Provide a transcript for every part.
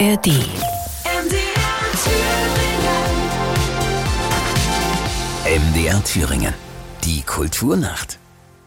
ARD. MDR Thüringen. Die Kulturnacht.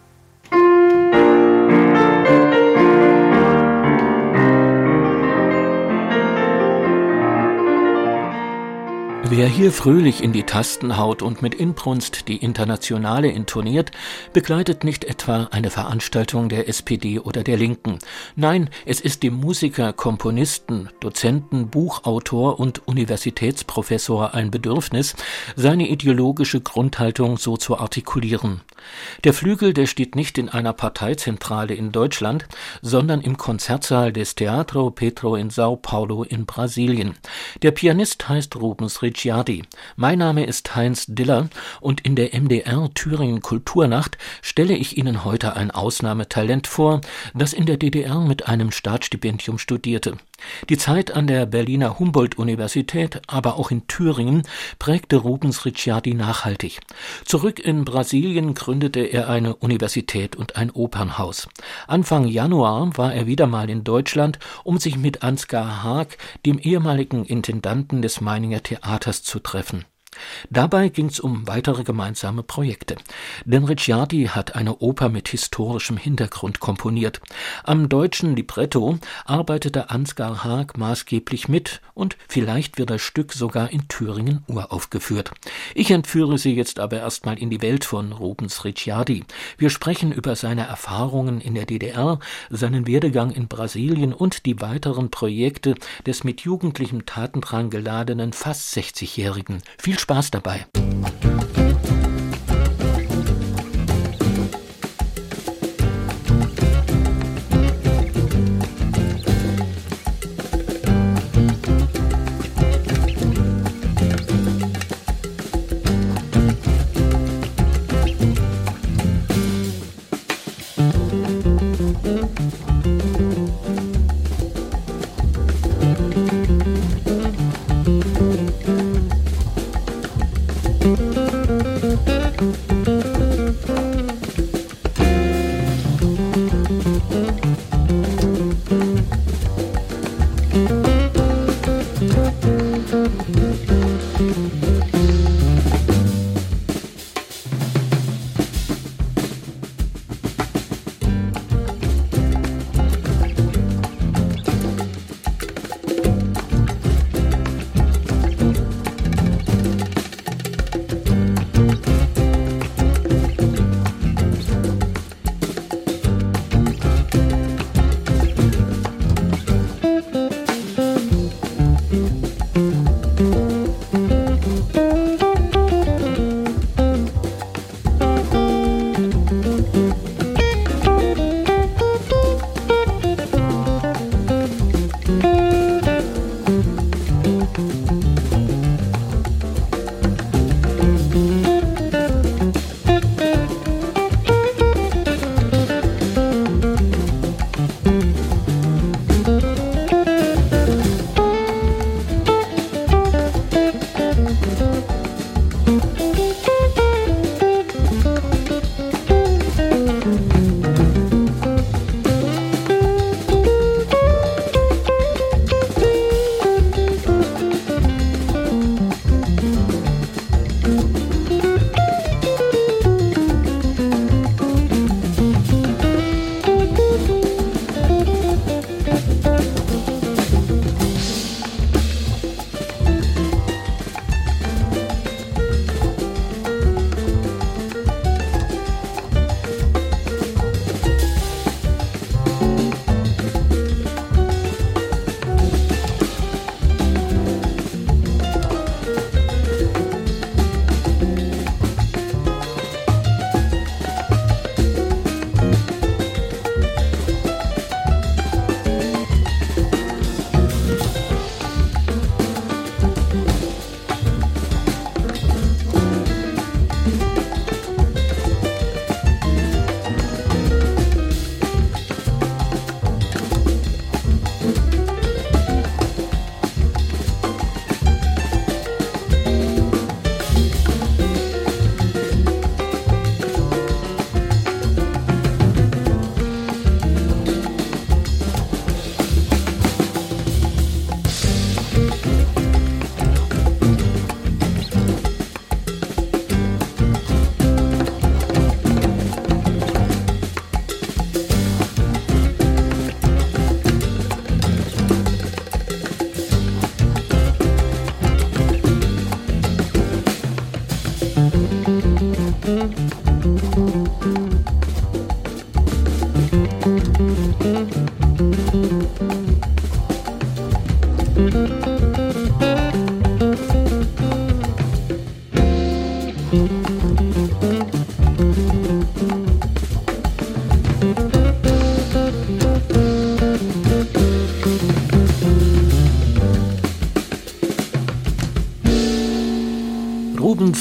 Wer hier fröhlich in die Tasten haut und mit Inbrunst die Internationale intoniert, begleitet nicht etwa eine Veranstaltung der SPD oder der Linken. Nein, es ist dem Musiker, Komponisten, Dozenten, Buchautor und Universitätsprofessor ein Bedürfnis, seine ideologische Grundhaltung so zu artikulieren. Der Flügel, der steht nicht in einer Parteizentrale in Deutschland, sondern im Konzertsaal des Teatro Pedro in Sao Paulo in Brasilien. Der Pianist heißt Rubens Ricciardi. Mein Name ist Heinz Diller und in der MDR Thüringen Kulturnacht stelle ich Ihnen heute ein Ausnahmetalent vor, das in der DDR mit einem Staatsstipendium studierte. Die Zeit an der Berliner Humboldt-Universität, aber auch in Thüringen, prägte Rubens Ricciardi nachhaltig. Zurück in Brasilien gründete er eine Universität und ein Opernhaus. Anfang Januar war er wieder mal in Deutschland, um sich mit Ansgar Haag, dem ehemaligen Intendanten des Meininger Theaters, zu treffen. Dabei ging es um weitere gemeinsame Projekte. Denn Ricciardi hat eine Oper mit historischem Hintergrund komponiert. Am deutschen Libretto arbeitete Ansgar Haag maßgeblich mit und vielleicht wird das Stück sogar in Thüringen uraufgeführt. Ich entführe Sie jetzt aber erstmal in die Welt von Rubens Ricciardi. Wir sprechen über seine Erfahrungen in der DDR, seinen Werdegang in Brasilien und die weiteren Projekte des mit jugendlichem Tatendrang geladenen fast 60-Jährigen. Viel Spaß dabei.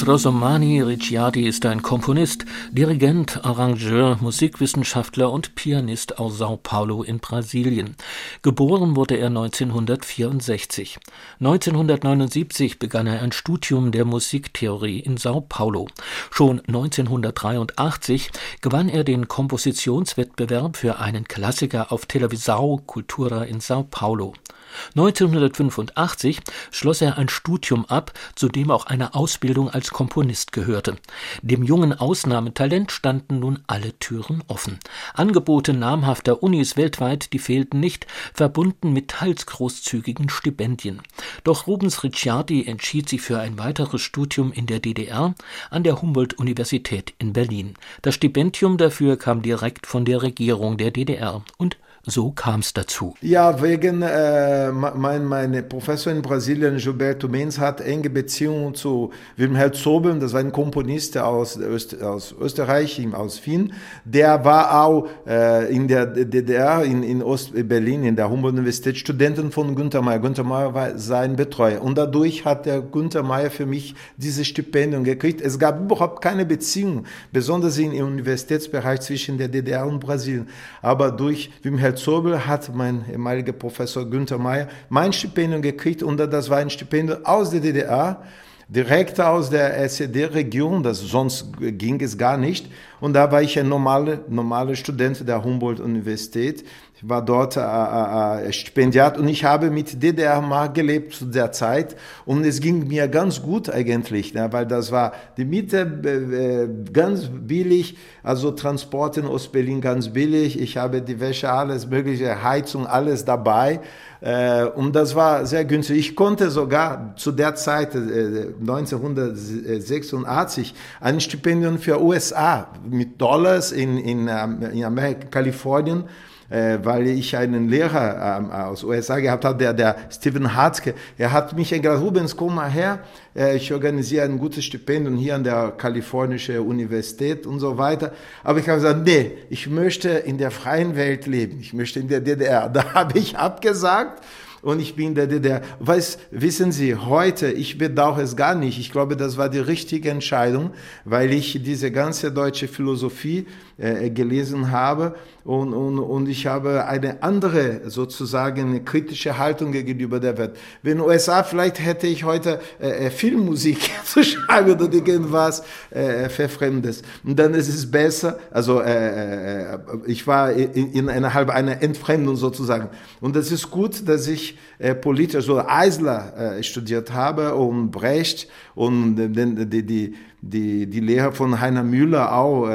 Drosomani Ricciardi ist ein Komponist, Dirigent, Arrangeur, Musikwissenschaftler und Pianist aus São Paulo in Brasilien. Geboren wurde er 1964. 1979 begann er ein Studium der Musiktheorie in São Paulo. Schon 1983 gewann er den Kompositionswettbewerb für einen Klassiker auf Televisão Cultura in São Paulo. 1985 schloss er ein Studium ab, zu dem auch eine Ausbildung als Komponist gehörte. Dem jungen Ausnahmetalent standen nun alle Türen offen. Angebote namhafter Unis weltweit, die fehlten nicht, verbunden mit teils großzügigen Stipendien. Doch Rubens Ricciardi entschied sich für ein weiteres Studium in der DDR an der Humboldt-Universität in Berlin. Das Stipendium dafür kam direkt von der Regierung der DDR und so kam es dazu. Ja, wegen mein Professor in Brasilien, Gilberto Mendes, hat enge Beziehungen zu Wilhelm Zobel, das war ein Komponist aus Österreich, aus Wien. Der war auch in der DDR, in Ost-Berlin, in der Humboldt-Universität, Studenten von Günter Mayr. Günter Mayr war sein Betreuer. Und dadurch hat der Günter Mayr für mich dieses Stipendium gekriegt. Es gab überhaupt keine Beziehung, besonders im Universitätsbereich zwischen der DDR und Brasilien. Aber durch Wilhelm Zobel hat mein ehemaliger Professor Günter Mayr mein Stipendium gekriegt und das war ein Stipendium aus der DDR, direkt aus der SED-Region, sonst ging es gar nicht. Und da war ich ein normaler Student der Humboldt-Universität. Ich war dort Stipendiat und ich habe mit DDR-Mark gelebt zu der Zeit und es ging mir ganz gut eigentlich, ne, weil das war die Miete ganz billig, also Transport in Ostberlin ganz billig, ich habe die Wäsche, alles mögliche, Heizung, alles dabei und das war sehr günstig. Ich konnte sogar zu der Zeit, 1986, ein Stipendium für USA mit Dollars in Amerika, Kalifornien, weil ich einen Lehrer aus USA gehabt habe, der Steven Hartke, er hat mich gesagt, Rubens, komm mal her, ich organisiere ein gutes Stipendium hier an der Kalifornischen Universität und so weiter. Aber ich habe gesagt, nee, ich möchte in der freien Welt leben, ich möchte in der DDR. Da habe ich abgesagt. Und ich bin der DDR. Wissen Sie, heute, ich bedauere es gar nicht. Ich glaube, das war die richtige Entscheidung, weil ich diese ganze deutsche Philosophie gelesen habe und ich habe eine andere, sozusagen, eine kritische Haltung gegenüber der Welt. Wenn USA, vielleicht hätte ich heute Filmmusik zu schreiben oder irgendwas Verfremdes. Und dann ist es besser, also ich war innerhalb einer Entfremdung sozusagen. Und das ist gut, dass ich politisch, also Eisler studiert habe und Brecht und die Lehre von Heiner Müller auch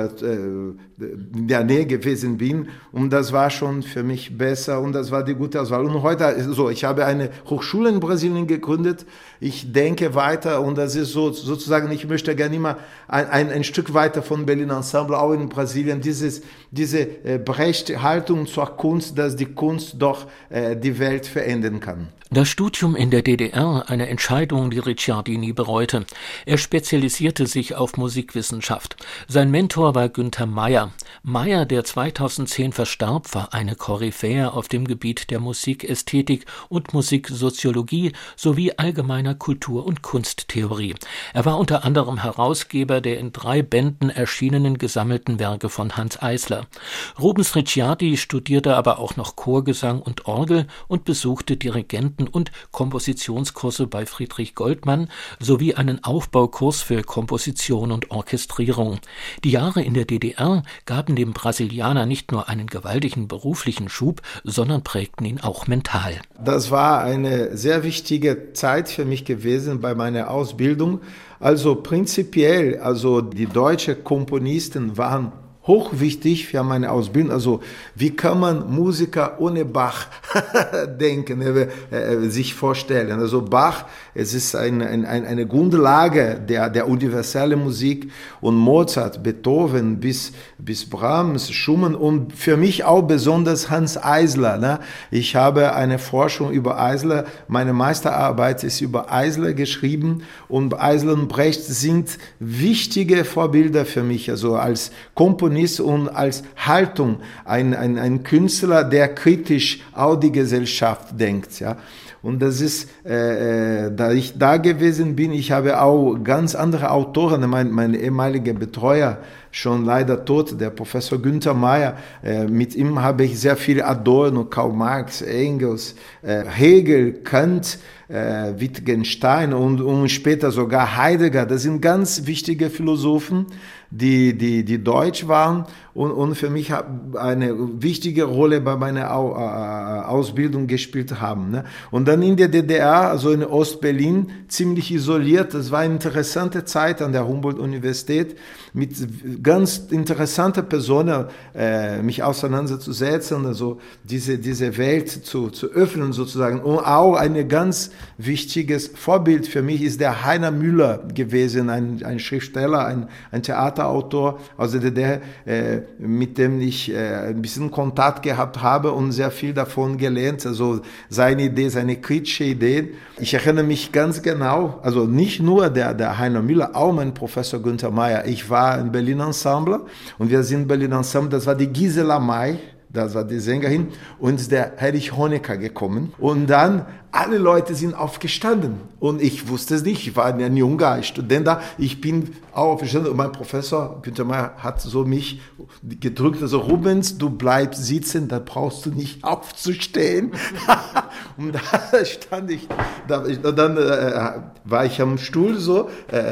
in der Nähe gewesen bin und das war schon für mich besser und das war die gute Auswahl. Und heute, ich habe eine Hochschule in Brasilien gegründet, ich denke weiter und das ist sozusagen, ich möchte gerne immer ein Stück weiter von Berlin Ensemble, auch in Brasilien, diese Brecht-Haltung zur Kunst, dass die Kunst doch die Welt verändern kann. Das Studium in der DDR, eine Entscheidung, die Ricciardi nie bereute. Er spezialisierte sich auf Musikwissenschaft. Sein Mentor war Günter Mayr. Mayr, der 2010 verstarb, war eine Koryphäe auf dem Gebiet der Musikästhetik und Musiksoziologie sowie allgemeiner Kultur- und Kunsttheorie. Er war unter anderem Herausgeber der in 3 Bänden erschienenen gesammelten Werke von Hanns Eisler. Rubens Ricciardi studierte aber auch noch Chorgesang und Orgel und besuchte Dirigenten- und Kompositionskurse bei Friedrich Goldmann sowie einen Aufbaukurs für Komposition und Orchestrierung. Die Jahre in der DDR gaben dem Brasilianer nicht nur einen gewaltigen beruflichen Schub, sondern prägten ihn auch mental. Das war eine sehr wichtige Zeit für mich gewesen bei meiner Ausbildung. Also prinzipiell, die deutschen Komponisten waren hochwichtig für meine Ausbildung. Also wie kann man Musiker ohne Bach denken, sich vorstellen? Also Bach, es ist eine Grundlage der universellen Musik und Mozart, Beethoven bis Brahms, Schumann und für mich auch besonders Hanns Eisler. Ne? Ich habe eine Forschung über Eisler, meine Meisterarbeit ist über Eisler geschrieben und Eisler und Brecht sind wichtige Vorbilder für mich, also als Komponist Komponist und als Haltung ein Künstler, der kritisch auch die Gesellschaft denkt, ja. Und das ist, da ich da gewesen bin, ich habe auch ganz andere Autoren, mein ehemaliger Betreuer, schon leider tot, der Professor Günther Meyer, mit ihm habe ich sehr viel Adorno, Karl Marx, Engels, Hegel, Kant, Wittgenstein und später sogar Heidegger. Das sind ganz wichtige Philosophen, die deutsch waren und für mich eine wichtige Rolle bei meiner Ausbildung gespielt haben. Ne? Und dann in der DDR, also in Ostberlin, ziemlich isoliert. Das war eine interessante Zeit an der Humboldt-Universität, mit ganz interessanten Personen mich auseinanderzusetzen, also diese Welt zu öffnen sozusagen. Und auch ein ganz wichtiges Vorbild für mich ist der Heiner Müller gewesen, ein Schriftsteller, ein Theaterautor aus der DDR, mit dem ich ein bisschen Kontakt gehabt habe und sehr viel davon gelernt. Also seine Idee, seine kritische Idee. Ich erinnere mich ganz genau, also nicht nur der Heiner Müller, auch mein Professor Günther Meyer. Ich war im Berlin Ensemble und wir sind Berlin Ensemble, das war die Gisela May, das war die Sängerin, und der Erich Honecker gekommen. Und dann alle Leute sind aufgestanden und ich wusste es nicht. Ich war ein junger Student da. Ich bin auch aufgestanden und mein Professor Günther Meyer hat so mich gedrückt, also Rubens, du bleibst sitzen, da brauchst du nicht aufzustehen. Und da stand ich, dann war ich am Stuhl so,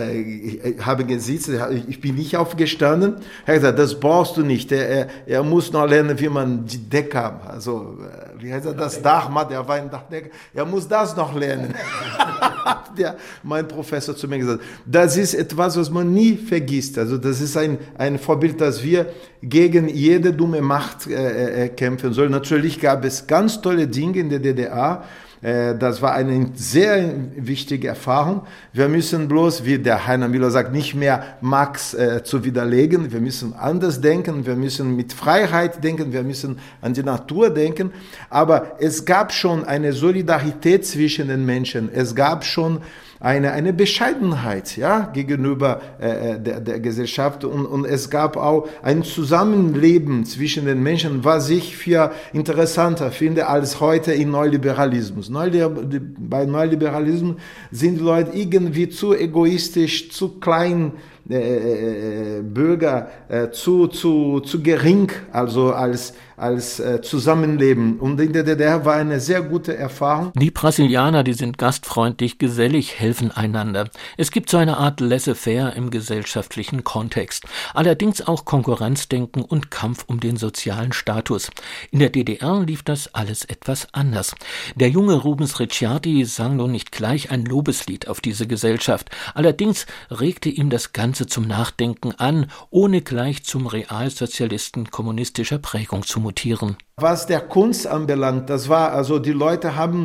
ich habe gesitzt, ich bin nicht aufgestanden. Er hat gesagt, das brauchst du nicht. Er muss noch lernen, wie man die Decke, also wie heißt das Dach macht, er war ein Dachdecker. Er muss das noch lernen, hat mein Professor zu mir gesagt. Das ist etwas, was man nie vergisst. Also das ist ein Vorbild, dass wir gegen jede dumme Macht kämpfen sollen. Natürlich gab es ganz tolle Dinge in der DDR. Das war eine sehr wichtige Erfahrung. Wir müssen bloß, wie der Heiner Müller sagt, nicht mehr Marx zu widerlegen. Wir müssen anders denken, wir müssen mit Freiheit denken, wir müssen an die Natur denken. Aber es gab schon eine Solidarität zwischen den Menschen. Es gab schon eine Bescheidenheit, ja, gegenüber der Gesellschaft und es gab auch ein Zusammenleben zwischen den Menschen, was ich für interessanter finde als heute im Neoliberalismus. Bei Neoliberalismus sind die Leute irgendwie zu egoistisch, zu klein, Bürger zu gering, also als Zusammenleben. Und in der DDR war eine sehr gute Erfahrung. Die Brasilianer, die sind gastfreundlich, gesellig, helfen einander. Es gibt so eine Art Laissez-faire im gesellschaftlichen Kontext. Allerdings auch Konkurrenzdenken und Kampf um den sozialen Status. In der DDR lief das alles etwas anders. Der junge Rubens Ricciardi sang nun nicht gleich ein Lobeslied auf diese Gesellschaft. Allerdings regte ihm das Ganze zum Nachdenken an, ohne gleich zum Realsozialisten kommunistischer Prägung zu mutieren. Was der Kunst anbelangt, das war, also die Leute haben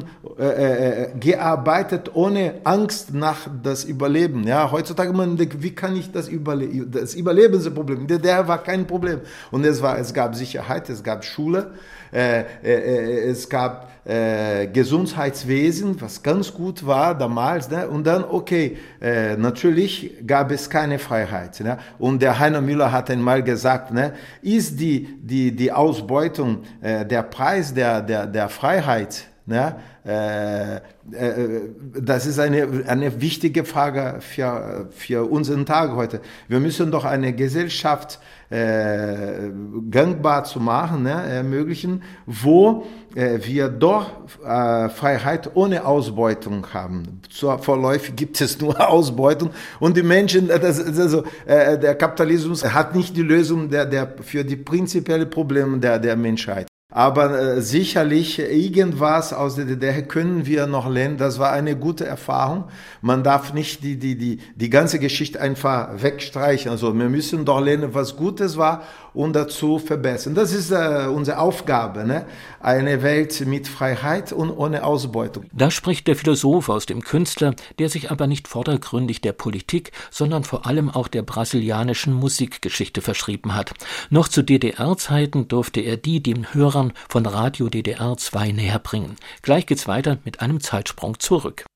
gearbeitet ohne Angst nach das Überleben. Ja, heutzutage man denkt, wie kann ich das überleben? Das Überlebensproblem, der war kein Problem. Und es gab Sicherheit, es gab Schule, es gab Gesundheitswesen, was ganz gut war damals, ne? Und dann, okay, natürlich gab es keine Freiheit, ne? Und der Heiner Müller hat einmal gesagt, ne, ist die Ausbeutung der Preis der Freiheit, ne? Das ist eine wichtige Frage für unseren Tag heute. Wir müssen doch eine Gesellschaft gangbar zu machen, ne, ermöglichen, wo wir doch Freiheit ohne Ausbeutung haben. Vorläufig gibt es nur Ausbeutung und die Menschen, der Kapitalismus hat nicht die Lösung für die prinzipiellen Probleme der Menschheit. Aber sicherlich irgendwas aus der DDR können wir noch lernen. Das war eine gute Erfahrung. Man darf nicht die ganze Geschichte einfach wegstreichen. Also wir müssen doch lernen, was Gutes war und dazu verbessern. Das ist unsere Aufgabe, ne? Eine Welt mit Freiheit und ohne Ausbeutung. Da spricht der Philosoph aus dem Künstler, der sich aber nicht vordergründig der Politik, sondern vor allem auch der brasilianischen Musikgeschichte verschrieben hat. Noch zu DDR-Zeiten durfte er die dem Hörern von Radio DDR 2 näher bringen. Gleich geht's weiter mit einem Zeitsprung zurück.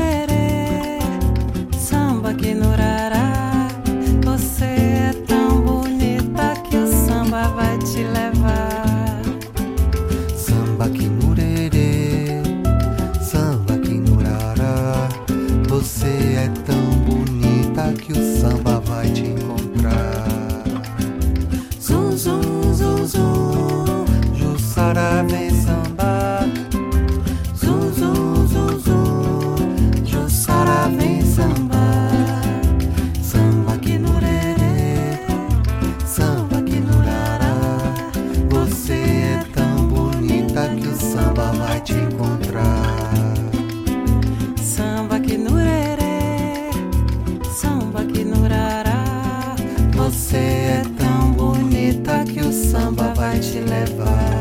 nurerê, samba aqui no rará. Você é tão bonita que o samba vai te levar. Samba aqui no rerê, samba aqui no rará. Você é tão bonita que o samba vai te encontrar. Zum, zum, zum, zum, Jussara vem sambar. zum, zum, zum, zum, Jussara vem sambar. Samba aqui no rerê, samba aqui no rará. Você é tão bonita que o samba vai te encontrar. samba aqui no rerê, samba aqui no rará. Você é tão bonita que o samba vai te levar.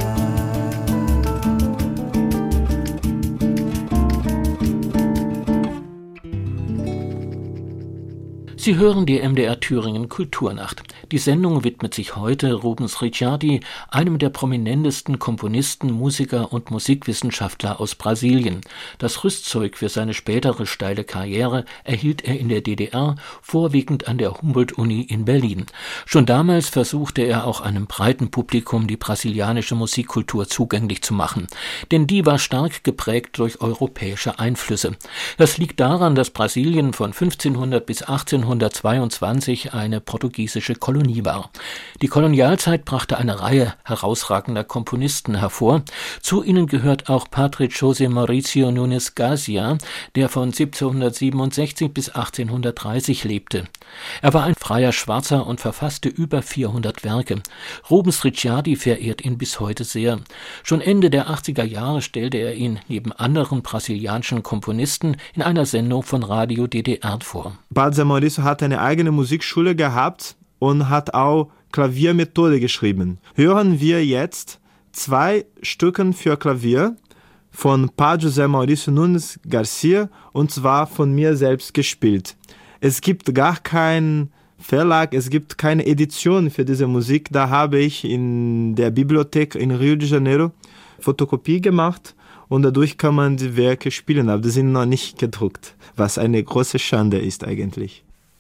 Sie hören die MDR Thüringen Kulturnacht. Die Sendung widmet sich heute Rubens Ricciardi, einem der prominentesten Komponisten, Musiker und Musikwissenschaftler aus Brasilien. Das Rüstzeug für seine spätere steile Karriere erhielt er in der DDR, vorwiegend an der Humboldt-Uni in Berlin. Schon damals versuchte er auch einem breiten Publikum die brasilianische Musikkultur zugänglich zu machen. Denn die war stark geprägt durch europäische Einflüsse. Das liegt daran, dass Brasilien von 1500 bis 1822 eine portugiesische Kolonie war. Die Kolonialzeit brachte eine Reihe herausragender Komponisten hervor. Zu ihnen gehört auch Padre José Maurício Nunes Garcia, der von 1767 bis 1830 lebte. Er war ein freier Schwarzer und verfasste über 400 Werke. Rubens Ricciardi verehrt ihn bis heute sehr. Schon Ende der 80er Jahre stellte er ihn neben anderen brasilianischen Komponisten in einer Sendung von Radio DDR vor. Padre Maurício hat eine eigene Musikschule gehabt und hat auch Klaviermethode geschrieben. Hören wir jetzt 2 Stücken für Klavier von Padre José Maurício Nunes Garcia, und zwar von mir selbst gespielt. Es gibt gar keinen Verlag, es gibt keine Edition für diese Musik. Da habe ich in der Bibliothek in Rio de Janeiro Fotokopie gemacht und dadurch kann man die Werke spielen, aber die sind noch nicht gedruckt, was eine große Schande ist eigentlich.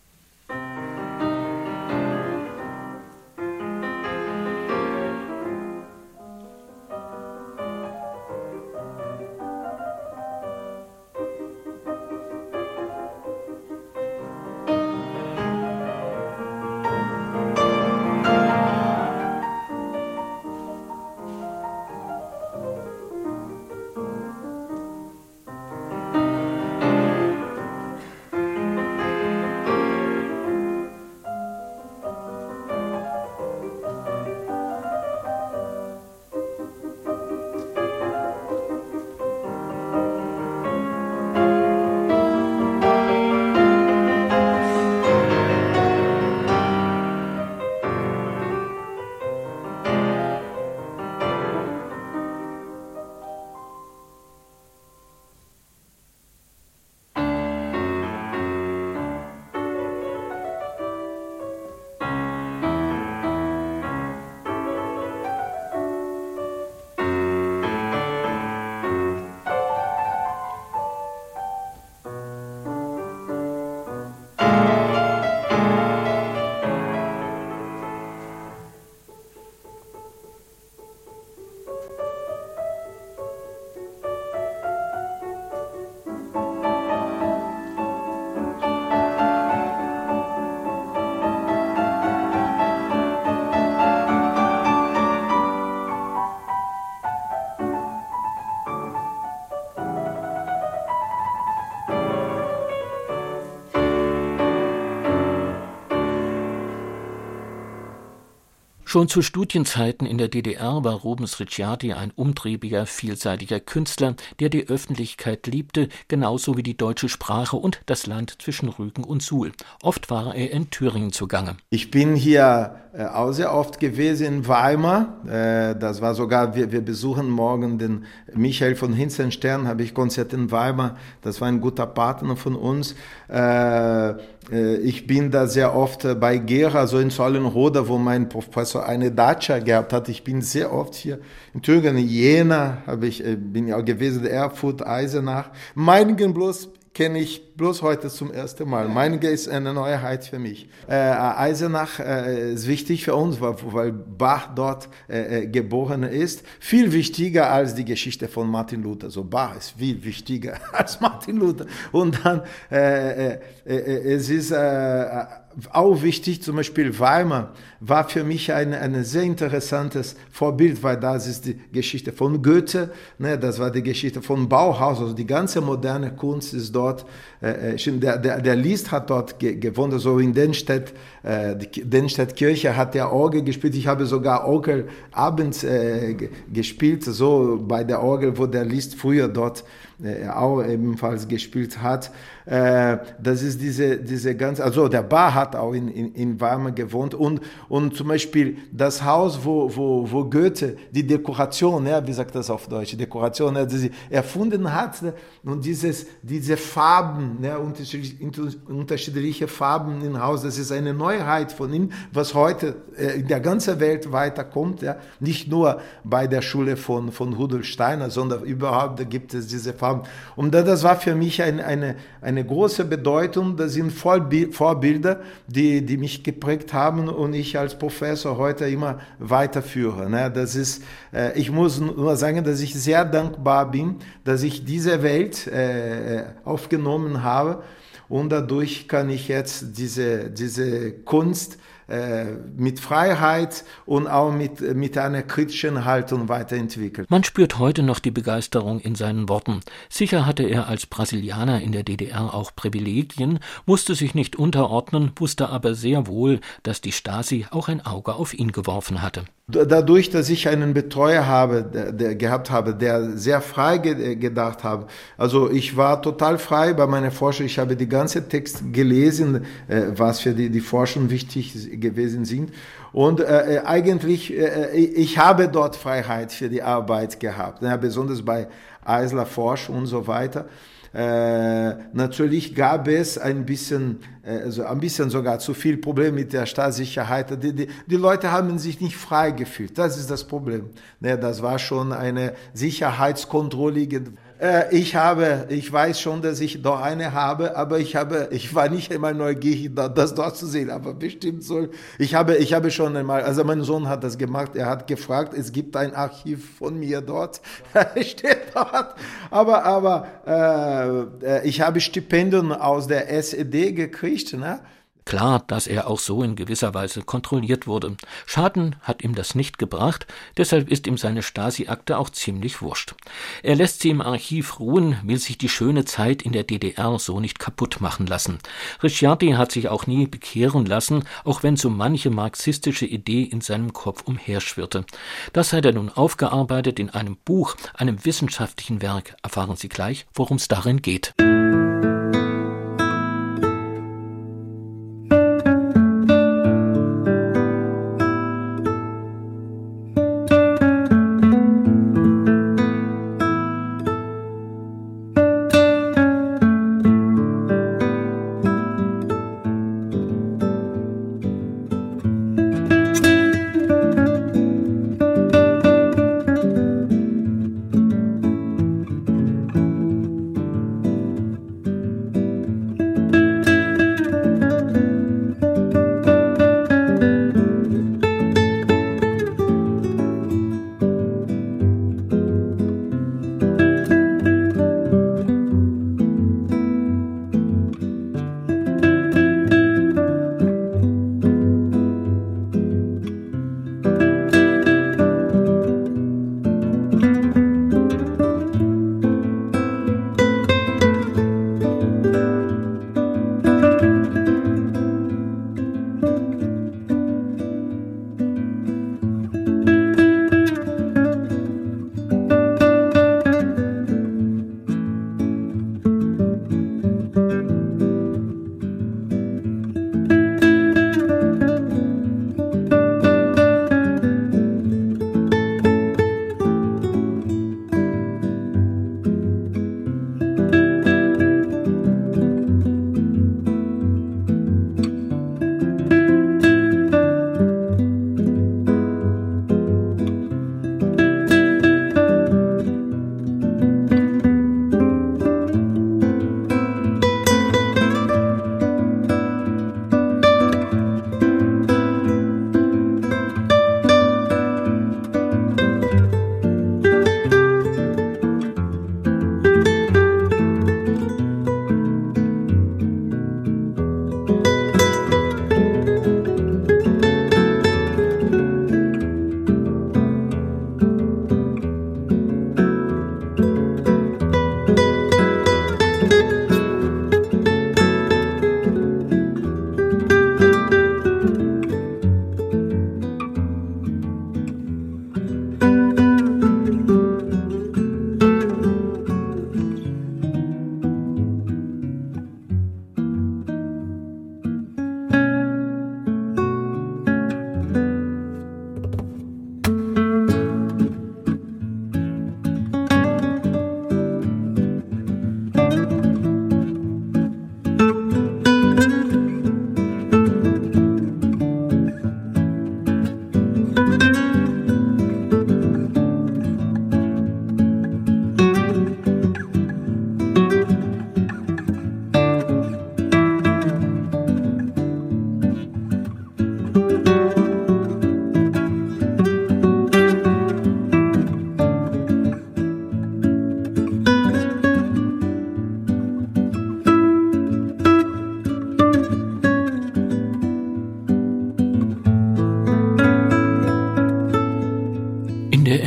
Schon zu Studienzeiten in der DDR war Rubens Ricciardi ein umtriebiger, vielseitiger Künstler, der die Öffentlichkeit liebte, genauso wie die deutsche Sprache und das Land zwischen Rügen und Suhl. Oft war er in Thüringen zugange. Ich bin hier auch sehr oft gewesen in Weimar. Das war sogar, wir besuchen morgen den Michael von Hinzenstern, habe ich Konzert in Weimar. Das war ein guter Partner von uns. Ich bin da sehr oft bei Gera, so in Zollenroda, wo mein Professor eine Dacia gehabt hat. Ich bin sehr oft hier in Thüringen, in Jena bin ich auch gewesen, Erfurt, Eisenach. Meiningen bloß kenne ich bloß heute zum ersten Mal. Meiningen ist eine Neuheit für mich. Eisenach ist wichtig für uns, weil Bach dort geboren ist. Viel wichtiger als die Geschichte von Martin Luther. So Bach ist viel wichtiger als Martin Luther. Und dann es ist auch wichtig, zum Beispiel Weimar war für mich ein sehr interessantes Vorbild, weil das ist die Geschichte von Goethe, ne, das war die Geschichte von Bauhaus, also die ganze moderne Kunst ist dort, der Liszt hat dort gewohnt, also in Dennstedt, die Dennstedtkirche hat der Orgel gespielt, ich habe sogar Orgel abends gespielt, so bei der Orgel, wo der Liszt früher dort auch ebenfalls gespielt hat. Das ist diese ganze, also der Bach hat auch in Weimar gewohnt und zum Beispiel das Haus, wo Goethe die Dekoration, ja, wie sagt das auf Deutsch, Dekoration, die sie erfunden hat, und diese Farben, ja, unterschiedliche Farben im Haus, das ist eine Neuheit von ihm, was heute in der ganzen Welt weiterkommt, ja, nicht nur bei der Schule von Rudolf Steiner, sondern überhaupt gibt es diese Farben. Und das war für mich eine große Bedeutung. Das sind Vorbilder, die mich geprägt haben und ich als Professor heute immer weiterführe. Das ist, ich muss nur sagen, dass ich sehr dankbar bin, dass ich diese Welt aufgenommen habe und dadurch kann ich jetzt diese Kunst mit Freiheit und auch mit einer kritischen Haltung weiterentwickelt. Man spürt heute noch die Begeisterung in seinen Worten. Sicher hatte er als Brasilianer in der DDR auch Privilegien, musste sich nicht unterordnen, wusste aber sehr wohl, dass die Stasi auch ein Auge auf ihn geworfen hatte. Dadurch, dass ich einen Betreuer gehabt habe, der sehr frei gedacht habe, also ich war total frei bei meiner Forschung, ich habe die ganze Text gelesen, was für die Forschung wichtig gewesen sind und eigentlich, ich habe dort Freiheit für die Arbeit gehabt, besonders bei Eisler Forschung und so weiter. Natürlich gab es ein bisschen sogar zu viel Probleme mit der Staatssicherheit. Die Leute haben sich nicht frei gefühlt. Das ist das Problem. Das war schon eine Sicherheitskontrolle. Ich weiß schon, dass ich doch eine habe, aber ich war nicht einmal neugierig, das dort zu sehen, aber bestimmt soll. Ich habe schon einmal, also mein Sohn hat das gemacht, er hat gefragt, es gibt ein Archiv von mir dort, steht dort, aber ich habe Stipendien aus der SED gekriegt, ne? Klar, dass er auch so in gewisser Weise kontrolliert wurde. Schaden hat ihm das nicht gebracht, deshalb ist ihm seine Stasi-Akte auch ziemlich wurscht. Er lässt sie im Archiv ruhen, will sich die schöne Zeit in der DDR so nicht kaputt machen lassen. Ricciardi hat sich auch nie bekehren lassen, auch wenn so manche marxistische Idee in seinem Kopf umherschwirrte. Das hat er nun aufgearbeitet in einem Buch, einem wissenschaftlichen Werk. Erfahren Sie gleich, worum es darin geht.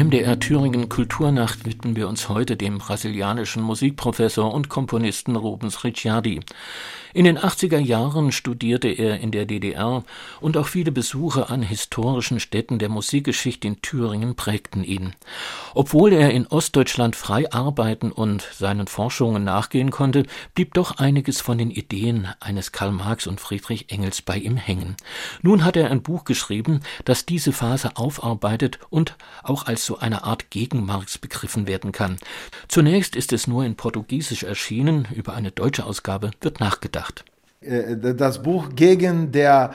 MDR Thüringen Kulturnacht widmen wir uns heute dem brasilianischen Musikprofessor und Komponisten Rubens Ricciardi. In den 80er Jahren studierte er in der DDR und auch viele Besuche an historischen Stätten der Musikgeschichte in Thüringen prägten ihn. Obwohl er in Ostdeutschland frei arbeiten und seinen Forschungen nachgehen konnte, blieb doch einiges von den Ideen eines Karl Marx und Friedrich Engels bei ihm hängen. Nun hat er ein Buch geschrieben, das diese Phase aufarbeitet und auch als so eine Art Gegen-Marx begriffen werden kann. Zunächst ist es nur in Portugiesisch erschienen, über eine deutsche Ausgabe wird nachgedacht. Das Buch gegen der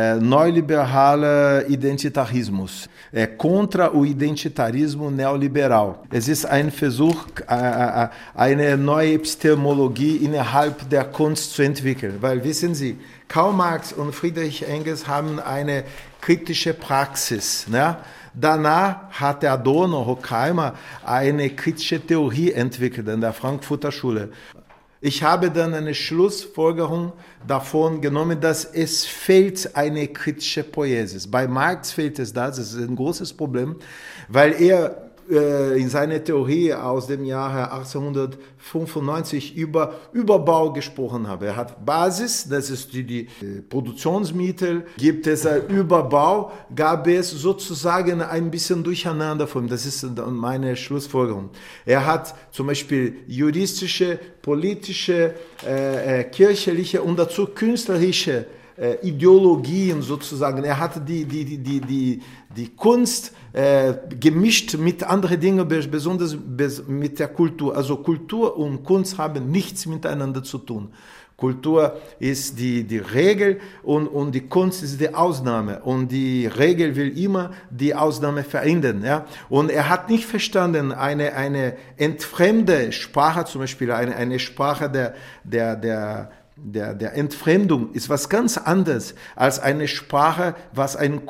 neoliberale Identitarismus, contra o Identitarismo neoliberal. Es ist ein Versuch, eine neue Epistemologie innerhalb der Kunst zu entwickeln, weil wissen Sie, Karl Marx und Friedrich Engels haben eine kritische Praxis, ne? Danach hat der Adorno, Horkheimer, eine kritische Theorie entwickelt in der Frankfurter Schule. Ich habe dann eine Schlussfolgerung davon genommen, dass es fehlt eine kritische Poesis. Bei Marx fehlt es das ist ein großes Problem, weil er in seiner Theorie aus dem Jahre 1895 über Überbau gesprochen hat. Er hat Basis, das ist die Produktionsmittel, gibt es Überbau, gab es sozusagen ein bisschen Durcheinander von ihm. Das ist meine Schlussfolgerung. Er hat zum Beispiel juristische, politische, kirchliche und dazu künstlerische Ideologien sozusagen. Er hatte die Kunst gemischt mit anderen Dingen, besonders mit der Kultur. Also Kultur und Kunst haben nichts miteinander zu tun. Kultur ist die Regel und die Kunst ist die Ausnahme. Und die Regel will immer die Ausnahme verändern. Ja? Und er hat nicht verstanden, eine entfremde Sprache, zum Beispiel eine Sprache der Entfremdung ist was ganz anderes als eine Sprache, was ein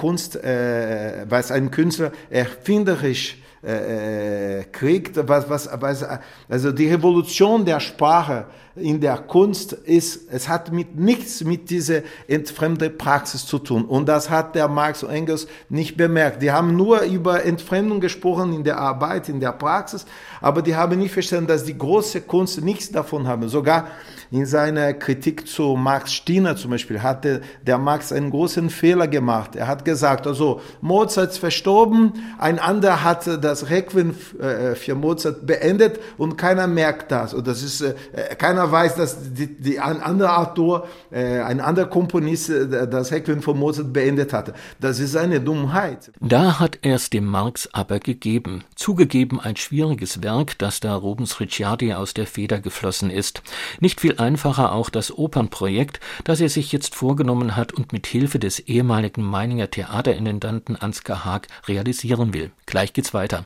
Künstler erfinderisch kriegt, also die Revolution der Sprache in der Kunst es hat nichts mit dieser entfremdeten Praxis zu tun. Und das hat der Marx und Engels nicht bemerkt. Die haben nur über Entfremdung gesprochen in der Arbeit, in der Praxis, aber die haben nicht verstanden, dass die große Kunst nichts davon haben. Sogar in seiner Kritik zu Max Stirner zum Beispiel hatte der Marx einen großen Fehler gemacht. Er hat gesagt, also Mozart ist verstorben, ein anderer hat das Requiem für Mozart beendet und keiner merkt das. Und das ist, keiner weiß, dass ein anderer Autor, ein anderer Komponist das Requiem von Mozart beendet hatte. Das ist eine Dummheit. Da hat er es dem Marx aber gegeben. Zugegeben ein schwieriges Werk, das da Rubens Ricciardi aus der Feder geflossen ist. Nicht viel einfacher auch das Opernprojekt, das er sich jetzt vorgenommen hat und mit Hilfe des ehemaligen Meininger Theaterintendanten Ansgar Haag realisieren will. Gleich geht's weiter.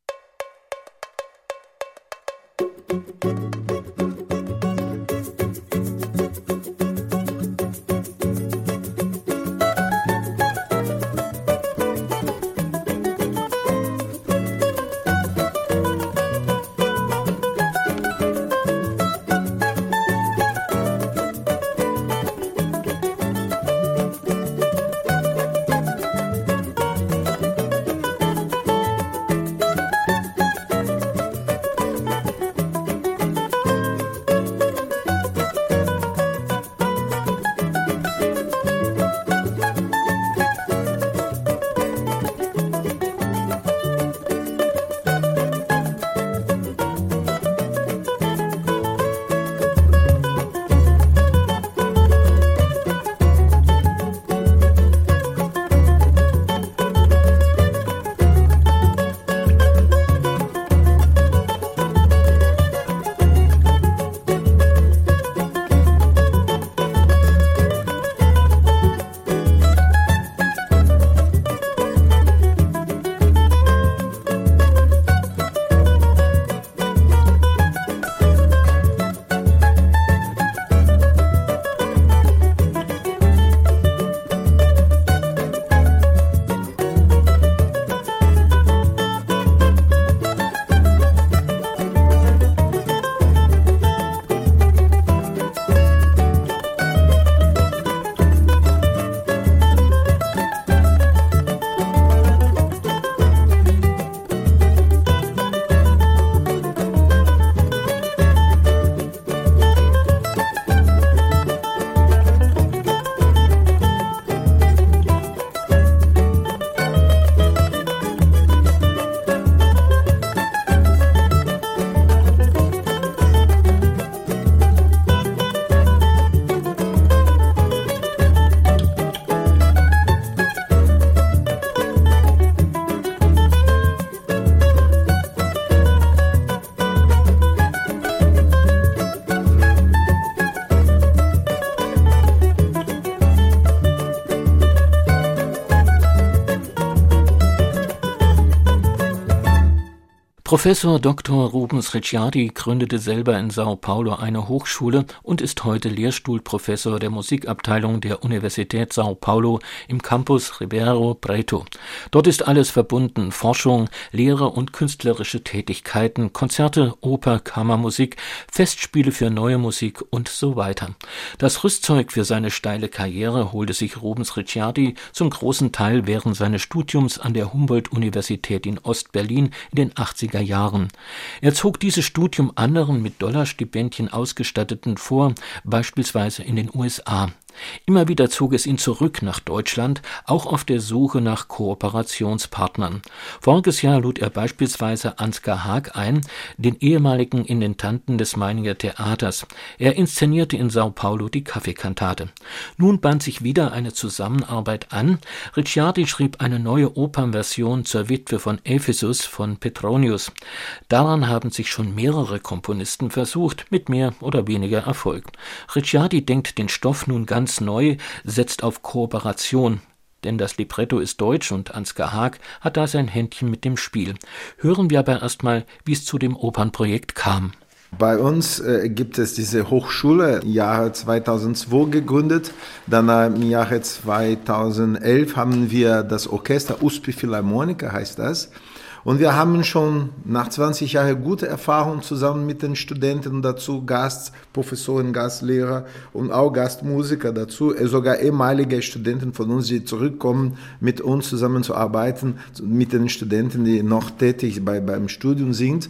Professor Dr. Rubens Ricciardi gründete selber in Sao Paulo eine Hochschule und ist heute Lehrstuhlprofessor der Musikabteilung der Universität Sao Paulo im Campus Ribeirão Preto. Dort ist alles verbunden: Forschung, Lehre und künstlerische Tätigkeiten, Konzerte, Oper, Kammermusik, Festspiele für neue Musik und so weiter. Das Rüstzeug für seine steile Karriere holte sich Rubens Ricciardi zum großen Teil während seines Studiums an der Humboldt-Universität in Ost-Berlin in den 80er Jahren. Er zog dieses Studium anderen mit Dollarstipendien Ausgestatteten vor, beispielsweise in den USA. Immer wieder zog es ihn zurück nach Deutschland, auch auf der Suche nach Kooperationspartnern. Voriges Jahr lud er beispielsweise Ansgar Haag ein, den ehemaligen Intendanten des Meininger Theaters. Er inszenierte in Sao Paulo die Kaffeekantate. Nun band sich wieder eine Zusammenarbeit an. Ricciardi schrieb eine neue Opernversion zur Witwe von Ephesus von Petronius. Daran haben sich schon mehrere Komponisten versucht, mit mehr oder weniger Erfolg. Ricciardi denkt den Stoff nun ganz neu, setzt auf Kooperation. Denn das Libretto ist deutsch und Ansgar Haag hat da sein Händchen mit dem Spiel. Hören wir aber erstmal, wie es zu dem Opernprojekt kam. Bei uns gibt es diese Hochschule im Jahre 2002 gegründet. Dann im Jahre 2011 haben wir das Orchester USP Philharmonica, heißt das. Und wir haben schon nach 20 Jahren gute Erfahrungen zusammen mit den Studenten, dazu Gastprofessoren, Gastlehrer und auch Gastmusiker dazu, sogar ehemalige Studenten von uns, die zurückkommen, mit uns zusammenzuarbeiten, mit den Studenten, die noch tätig beim Studium sind.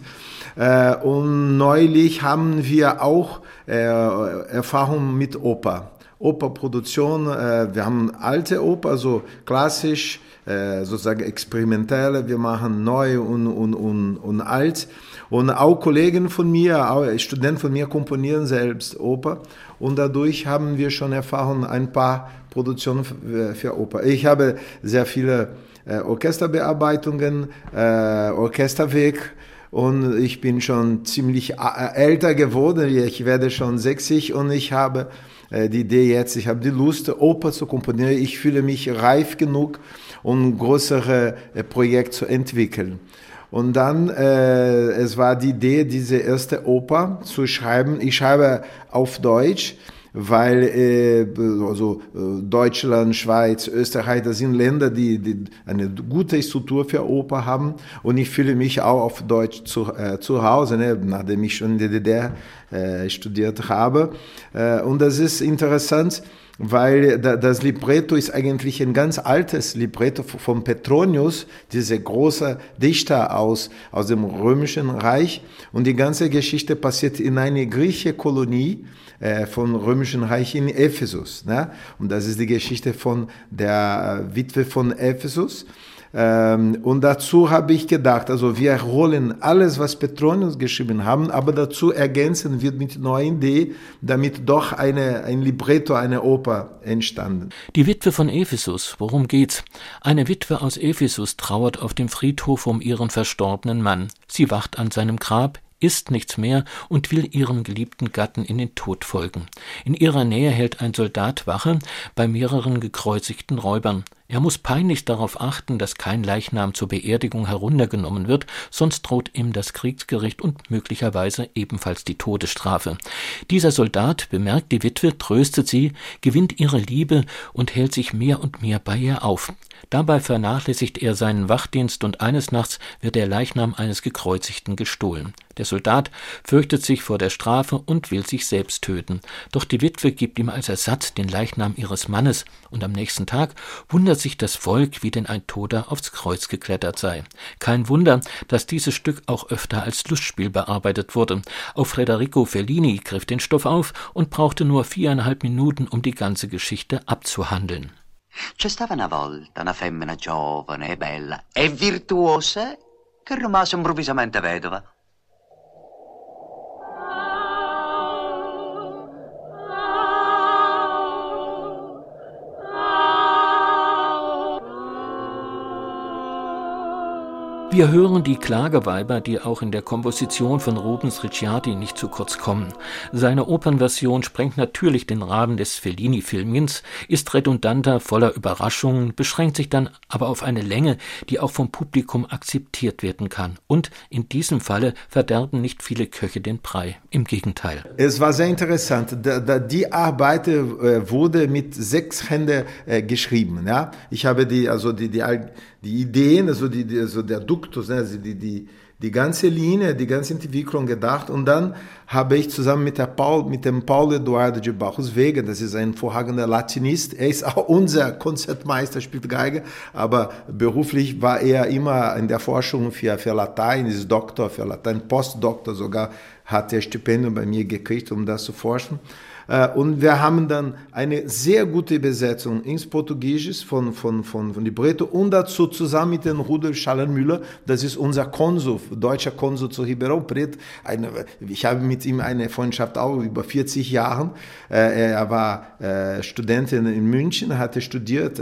Und neulich haben wir auch Erfahrungen mit Oper. Operproduktion, wir haben alte Oper, so klassisch, sozusagen experimentelle, wir machen neu und alt. Und auch Kollegen von mir, auch Studenten von mir komponieren selbst Oper. Und dadurch haben wir schon Erfahrung, ein paar Produktionen für Oper. Ich habe sehr viele Orchesterbearbeitungen, Orchesterweg. Und ich bin schon ziemlich älter geworden. Ich werde schon 60 und ich habe die Idee jetzt, ich habe die Lust, Oper zu komponieren. Ich fühle mich reif genug, um größere Projekte zu entwickeln. Und dann, es war die Idee, diese erste Oper zu schreiben. Ich schreibe auf Deutsch, weil Deutschland, Schweiz, Österreich, das sind Länder, die eine gute Struktur für Oper haben. Und ich fühle mich auch auf Deutsch zu Hause, ne, nachdem ich schon in der DDR studiert habe. Und das ist interessant, weil das Libretto ist eigentlich ein ganz altes Libretto von Petronius, dieser große Dichter aus dem Römischen Reich. Und die ganze Geschichte passiert in einer griechischen Kolonie vom Römischen Reich in Ephesus. Ne? Und das ist die Geschichte von der Witwe von Ephesus. Und dazu habe ich gedacht, also wir holen alles, was Petronius geschrieben haben, aber dazu ergänzen wir mit neuen Ideen, damit doch ein Libretto, eine Oper entstanden. Die Witwe von Ephesus, worum geht's? Eine Witwe aus Ephesus trauert auf dem Friedhof um ihren verstorbenen Mann. Sie wacht an seinem Grab, isst nichts mehr und will ihrem geliebten Gatten in den Tod folgen. In ihrer Nähe hält ein Soldat Wache bei mehreren gekreuzigten Räubern. Er muss peinlich darauf achten, dass kein Leichnam zur Beerdigung heruntergenommen wird, sonst droht ihm das Kriegsgericht und möglicherweise ebenfalls die Todesstrafe. Dieser Soldat bemerkt die Witwe, tröstet sie, gewinnt ihre Liebe und hält sich mehr und mehr bei ihr auf. Dabei vernachlässigt er seinen Wachdienst und eines Nachts wird der Leichnam eines Gekreuzigten gestohlen. Der Soldat fürchtet sich vor der Strafe und will sich selbst töten. Doch die Witwe gibt ihm als Ersatz den Leichnam ihres Mannes und am nächsten Tag wundert sich das Volk, wie denn ein Toter aufs Kreuz geklettert sei. Kein Wunder, dass dieses Stück auch öfter als Lustspiel bearbeitet wurde. Auch Federico Fellini griff den Stoff auf und brauchte nur 4,5 Minuten, um die ganze Geschichte abzuhandeln. C'è stava una volta una femmina giovane e bella e virtuosa che rimase improvvisamente vedova. Wir hören die Klageweiber, die auch in der Komposition von Rubens Ricciardi nicht zu kurz kommen. Seine Opernversion sprengt natürlich den Rahmen des Fellini-Filmchens, ist redundanter, voller Überraschungen, beschränkt sich dann aber auf eine Länge, die auch vom Publikum akzeptiert werden kann. Und in diesem Falle verderben nicht viele Köche den Brei. Im Gegenteil. Es war sehr interessant. Die Arbeit wurde mit 6 Händen geschrieben. Ja? Ich habe die Ideen, also der Duktus, also die ganze Linie, die ganze Entwicklung gedacht, und dann habe ich zusammen mit dem Paulo Eduardo de Barros Vega, das ist ein hervorragender Latinist, er ist auch unser Konzertmeister, spielt Geige, aber beruflich war er immer in der Forschung für Latein, ist Doktor für Latein, Postdoktor sogar, hat er Stipendium bei mir gekriegt, um das zu forschen. Und wir haben dann eine sehr gute Übersetzung ins Portugiesisch von Libretto und dazu zusammen mit dem Rudolf Schallenmüller, das ist unser Konsul, deutscher Konsul zu Ribeirão Preto. Ich habe mit ihm eine Freundschaft auch über 40 Jahren. Er war Student in München, hatte studiert,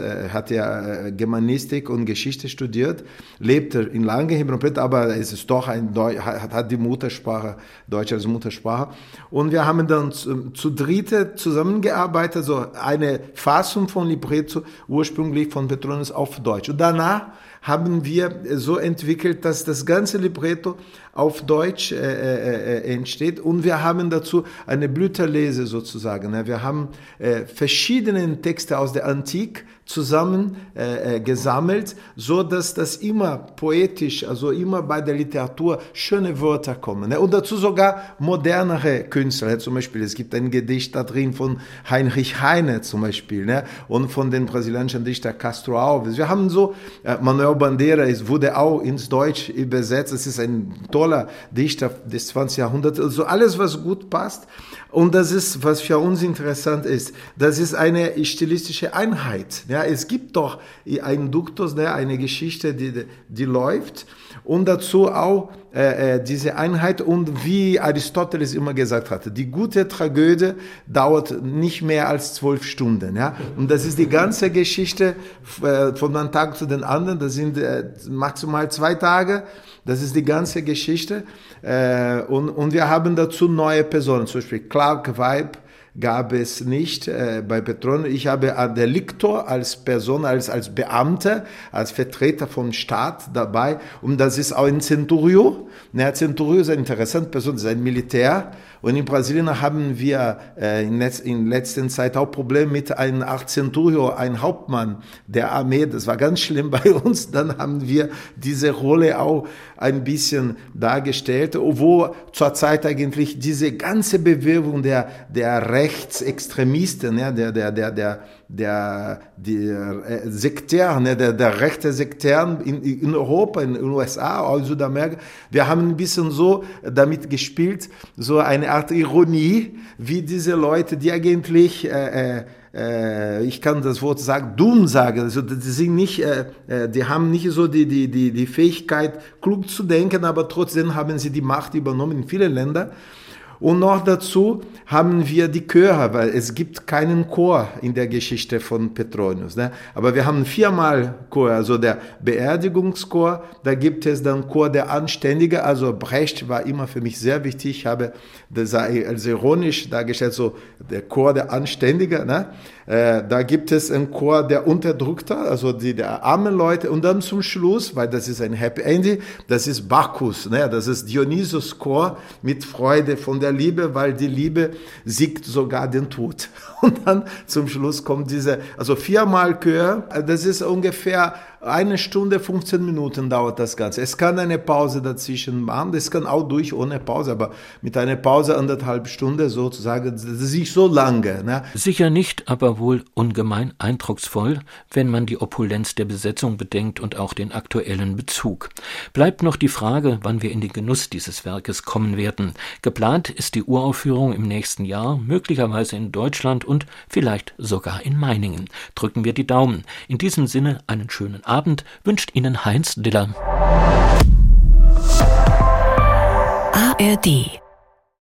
Germanistik und Geschichte studiert, lebte in Lange Ribeirão Preto, aber es ist doch hat die Muttersprache, Deutsch als Muttersprache. Und wir haben dann zu dritt zusammengearbeitet, so eine Fassung von Libretto, ursprünglich von Petronius auf Deutsch. Und danach haben wir so entwickelt, dass das ganze Libretto auf Deutsch entsteht, und wir haben dazu eine Blüterlese sozusagen. Wir haben verschiedene Texte aus der Antike zusammen gesammelt, so dass das immer poetisch, also immer bei der Literatur schöne Wörter kommen. Und dazu sogar modernere Künstler. Zum Beispiel, es gibt ein Gedicht da drin von Heinrich Heine zum Beispiel, und von den brasilianischen Dichter Castro Alves. Wir haben so, Manuel Bandeira wurde auch ins Deutsch übersetzt. Es ist ein toller Dichter des 20. Jahrhunderts. Also alles, was gut passt. Und das ist, was für uns interessant ist, das ist eine stilistische Einheit. Ja, es gibt doch einen Duktus, eine Geschichte, die läuft, und dazu auch diese Einheit, und wie Aristoteles immer gesagt hatte, die gute Tragödie dauert nicht mehr als 12 Stunden. Ja? Und das ist die ganze Geschichte von einem Tag zu den anderen, das sind maximal 2 Tage. Das ist die ganze Geschichte. Und wir haben dazu neue Personen. Zum Beispiel Clark Weib gab es nicht bei Petronius. Ich habe der Lictor als Person, als Beamter, als Vertreter vom Staat dabei. Und das ist auch ein Centurio. Centurio ist eine interessante Person, das ist ein Militär. Und in Brasilien haben wir in letzter Zeit auch Probleme mit einem Art Centurio, ein Hauptmann der Armee. Das war ganz schlimm bei uns. Dann haben wir diese Rolle auch ein bisschen dargestellt, obwohl zurzeit eigentlich diese ganze Bewegung der Rechtsextremisten, der Sektären, der rechte Sektären in Europa, in den USA, auch in Südamerika. Wir haben ein bisschen so damit gespielt, so eine Art Ironie, wie diese Leute, die eigentlich, ich kann das Wort sagen, dumm sagen, also die sind nicht, die haben nicht so die Fähigkeit, klug zu denken, aber trotzdem haben sie die Macht übernommen in vielen Ländern. Und noch dazu haben wir die Chöre, weil es gibt keinen Chor in der Geschichte von Petronius. Aber wir haben 4-mal Chor, also der Beerdigungschor, da gibt es dann Chor der Anständige, also Brecht war immer für mich sehr wichtig, ich habe das als ironisch dargestellt, so der Chor der Anständige, Da gibt es einen Chor der Unterdrückter, also der armen Leute, und dann zum Schluss, weil das ist ein Happy End, das ist Bacchus, das ist Dionysos Chor mit Freude von der Liebe, weil die Liebe siegt sogar den Tod. Und dann zum Schluss kommt also 4-mal Chör, das ist ungefähr 1 Stunde, 15 Minuten dauert das Ganze. Es kann eine Pause dazwischen machen, es kann auch durch ohne Pause, aber mit einer Pause 1,5 Stunden sozusagen, das ist nicht so lange. Sicher nicht, aber wohl ungemein eindrucksvoll, wenn man die Opulenz der Besetzung bedenkt und auch den aktuellen Bezug. Bleibt noch die Frage, wann wir in den Genuss dieses Werkes kommen werden. Geplant ist die Uraufführung im nächsten Jahr, möglicherweise in Deutschland und vielleicht sogar in Meiningen. Drücken wir die Daumen. In diesem Sinne einen schönen Abend wünscht Ihnen Heinz Diller. ARD